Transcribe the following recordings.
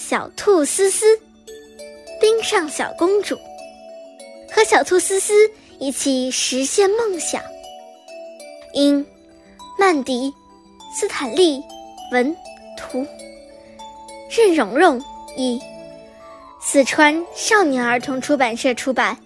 小兔思思，冰上小公主，和小兔思思一起实现梦想。因曼迪·斯坦利文图，任蓉蓉译，四川少年儿童出版社出版。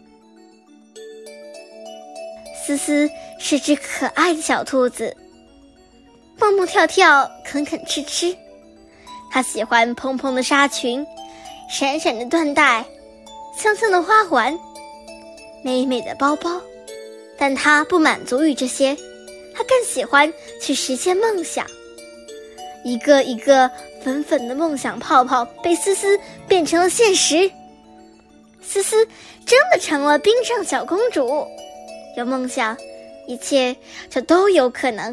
思思是只可爱的小兔子，蹦蹦跳跳，啃啃吃吃。她喜欢蓬蓬的纱裙，闪闪的缎带，香香的花环，美美的包包。但她不满足于这些，她更喜欢去实现梦想。一个一个粉粉的梦想泡泡被思思变成了现实。思思真的成了冰上小公主，有梦想，一切就都有可能。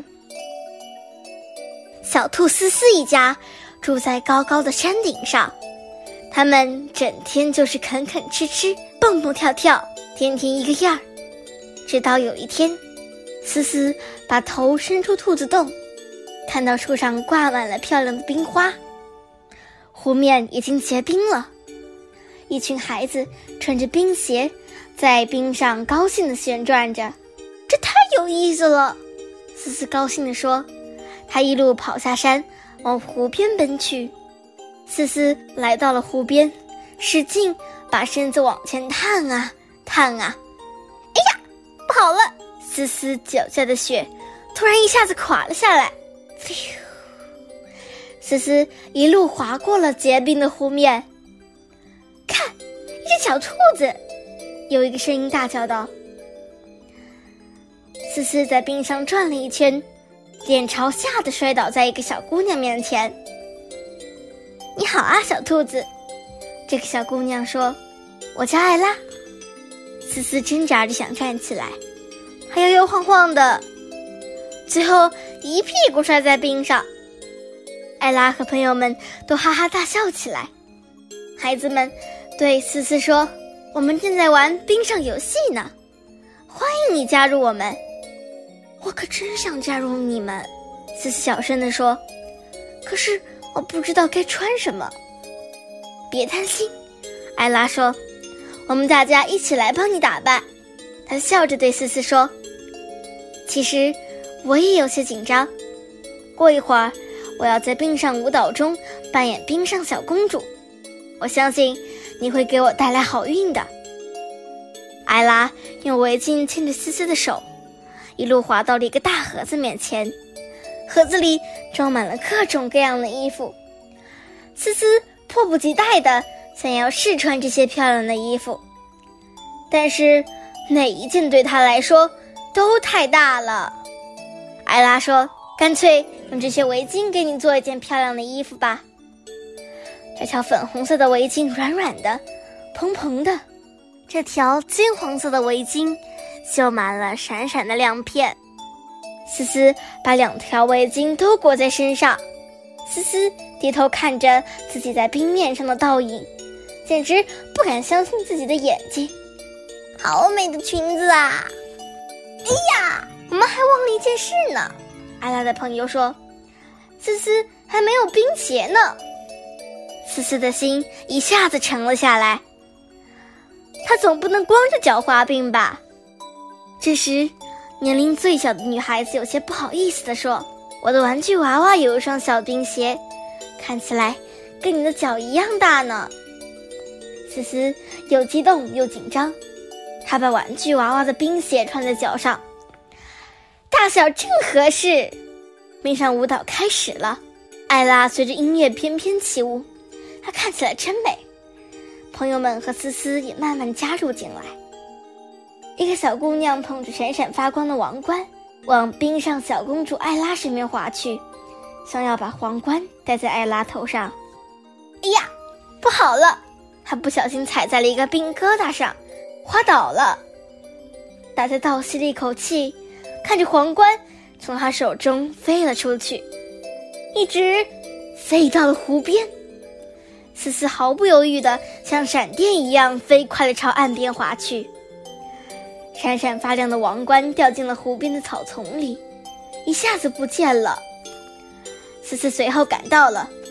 小兔思思一家住在高高的山顶上，他们整天就是啃啃吃吃，蹦蹦跳跳，天天一个样儿。直到有一天，思思把头伸出兔子洞，看到树上挂满了漂亮的冰花，湖面已经结冰了。一群孩子穿着冰鞋在冰上高兴地旋转着，这太有意思了，思思高兴地说。她一路跑下山，往湖边奔去。思思来到了湖边，使劲把身子往前探啊探啊，哎呀，不好了！思思脚下的雪突然一下子垮了下来，思思一路滑过了结冰的湖面。看，一只小兔子！有一个声音大叫道。思思在冰上转了一圈，脸朝下地摔倒在一个小姑娘面前。你好啊，小兔子，这个小姑娘说，我叫艾拉。思思挣扎着想站起来，还摇摇晃晃的，最后一屁股摔在冰上。艾拉和朋友们都哈哈大笑起来。孩子们对思思说，我们正在玩冰上游戏呢，欢迎你加入我们。我可真想加入你们，思思小声地说，可是我不知道该穿什么。别担心，艾拉说，我们大家一起来帮你打扮。她笑着对思思说，其实我也有些紧张，过一会儿我要在冰上舞蹈中扮演冰上小公主，我相信你会给我带来好运的。艾拉用围巾牵着思思的手，一路滑到了一个大盒子面前，盒子里装满了各种各样的衣服。思思迫不及待地想要试穿这些漂亮的衣服，但是每一件对她来说都太大了。艾拉说，干脆用这些围巾给你做一件漂亮的衣服吧。这条粉红色的围巾软软的，蓬蓬的，这条金黄色的围巾绣满了闪闪的亮片。思思把两条围巾都裹在身上，思思低头看着自己在冰面上的倒影，简直不敢相信自己的眼睛。好美的裙子啊！哎呀，我们还忘了一件事呢，艾拉的朋友说，思思还没有冰鞋呢。思思的心一下子沉了下来，她总不能光着脚滑冰吧。这时年龄最小的女孩子有些不好意思地说，我的玩具娃娃有一双小冰鞋，看起来跟你的脚一样大呢。思思又激动又紧张，她把玩具娃娃的冰鞋穿在脚上，大小正合适。冰上舞蹈开始了，艾拉随着音乐翩翩起舞，她看起来真美。朋友们和思思也慢慢加入进来。一个小姑娘捧着闪闪发光的王冠，往冰上小公主艾拉身边滑去，想要把皇冠戴在艾拉头上。哎呀，不好了！她不小心踩在了一个冰疙瘩上，滑倒了。大家倒吸了一口气，看着皇冠从她手中飞了出去，一直飞到了湖边。思思毫不犹豫地像闪电一样飞快地朝岸边滑去。闪闪发亮的王冠掉进了湖边的草丛里，一下子不见了。思思随后赶到了，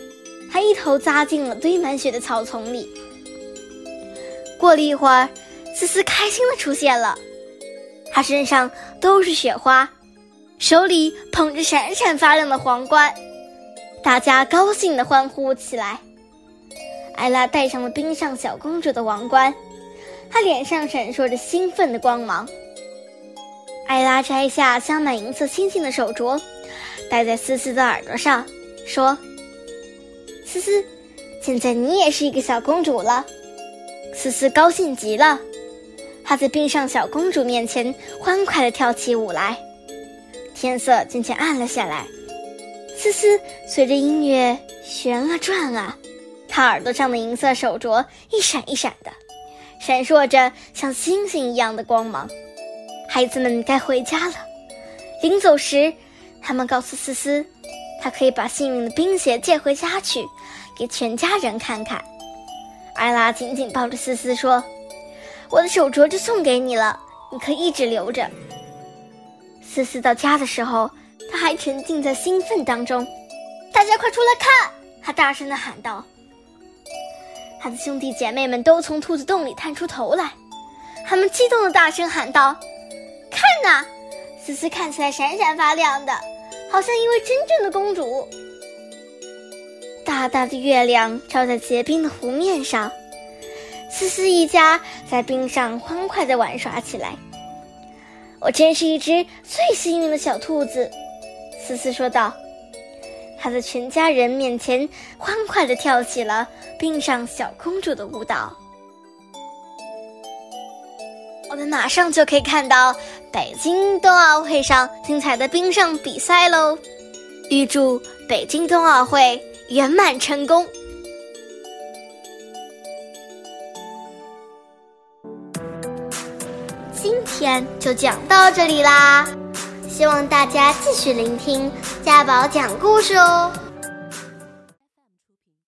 还一头扎进了堆满雪的草丛里。过了一会儿，思思开心地出现了，她身上都是雪花，手里捧着闪闪发亮的皇冠，大家高兴地欢呼起来。艾拉戴上了冰上小公主的王冠，她脸上闪烁着兴奋的光芒。艾拉摘下镶满银色星星的手镯，戴在思思的耳朵上，说：思思，现在你也是一个小公主了。思思高兴极了，她在冰上小公主面前欢快地跳起舞来。天色渐渐暗了下来，思思随着音乐旋啊转啊，她耳朵上的银色手镯一闪一闪的，闪烁着像星星一样的光芒。孩子们该回家了。临走时，他们告诉思思，她可以把幸运的冰鞋借回家去，给全家人看看。艾拉紧紧抱着思思说：我的手镯就送给你了，你可以一直留着。思思到家的时候，她还沉浸在兴奋当中。大家快出来看！她大声地喊道。她的兄弟姐妹们都从兔子洞里探出头来，他们激动地大声喊道：看哪，思思看起来闪闪发亮的，好像一位真正的公主。大大的月亮照在结冰的湖面上，思思一家在冰上欢快地玩耍起来。我真是一只最幸运的小兔子，思思说道。她在全家人面前欢快地跳起了冰上小公主的舞蹈。我们马上就可以看到北京冬奥会上精彩的冰上比赛喽！预祝北京冬奥会圆满成功！今天就讲到这里啦，希望大家继续聆听家宝讲故事哦。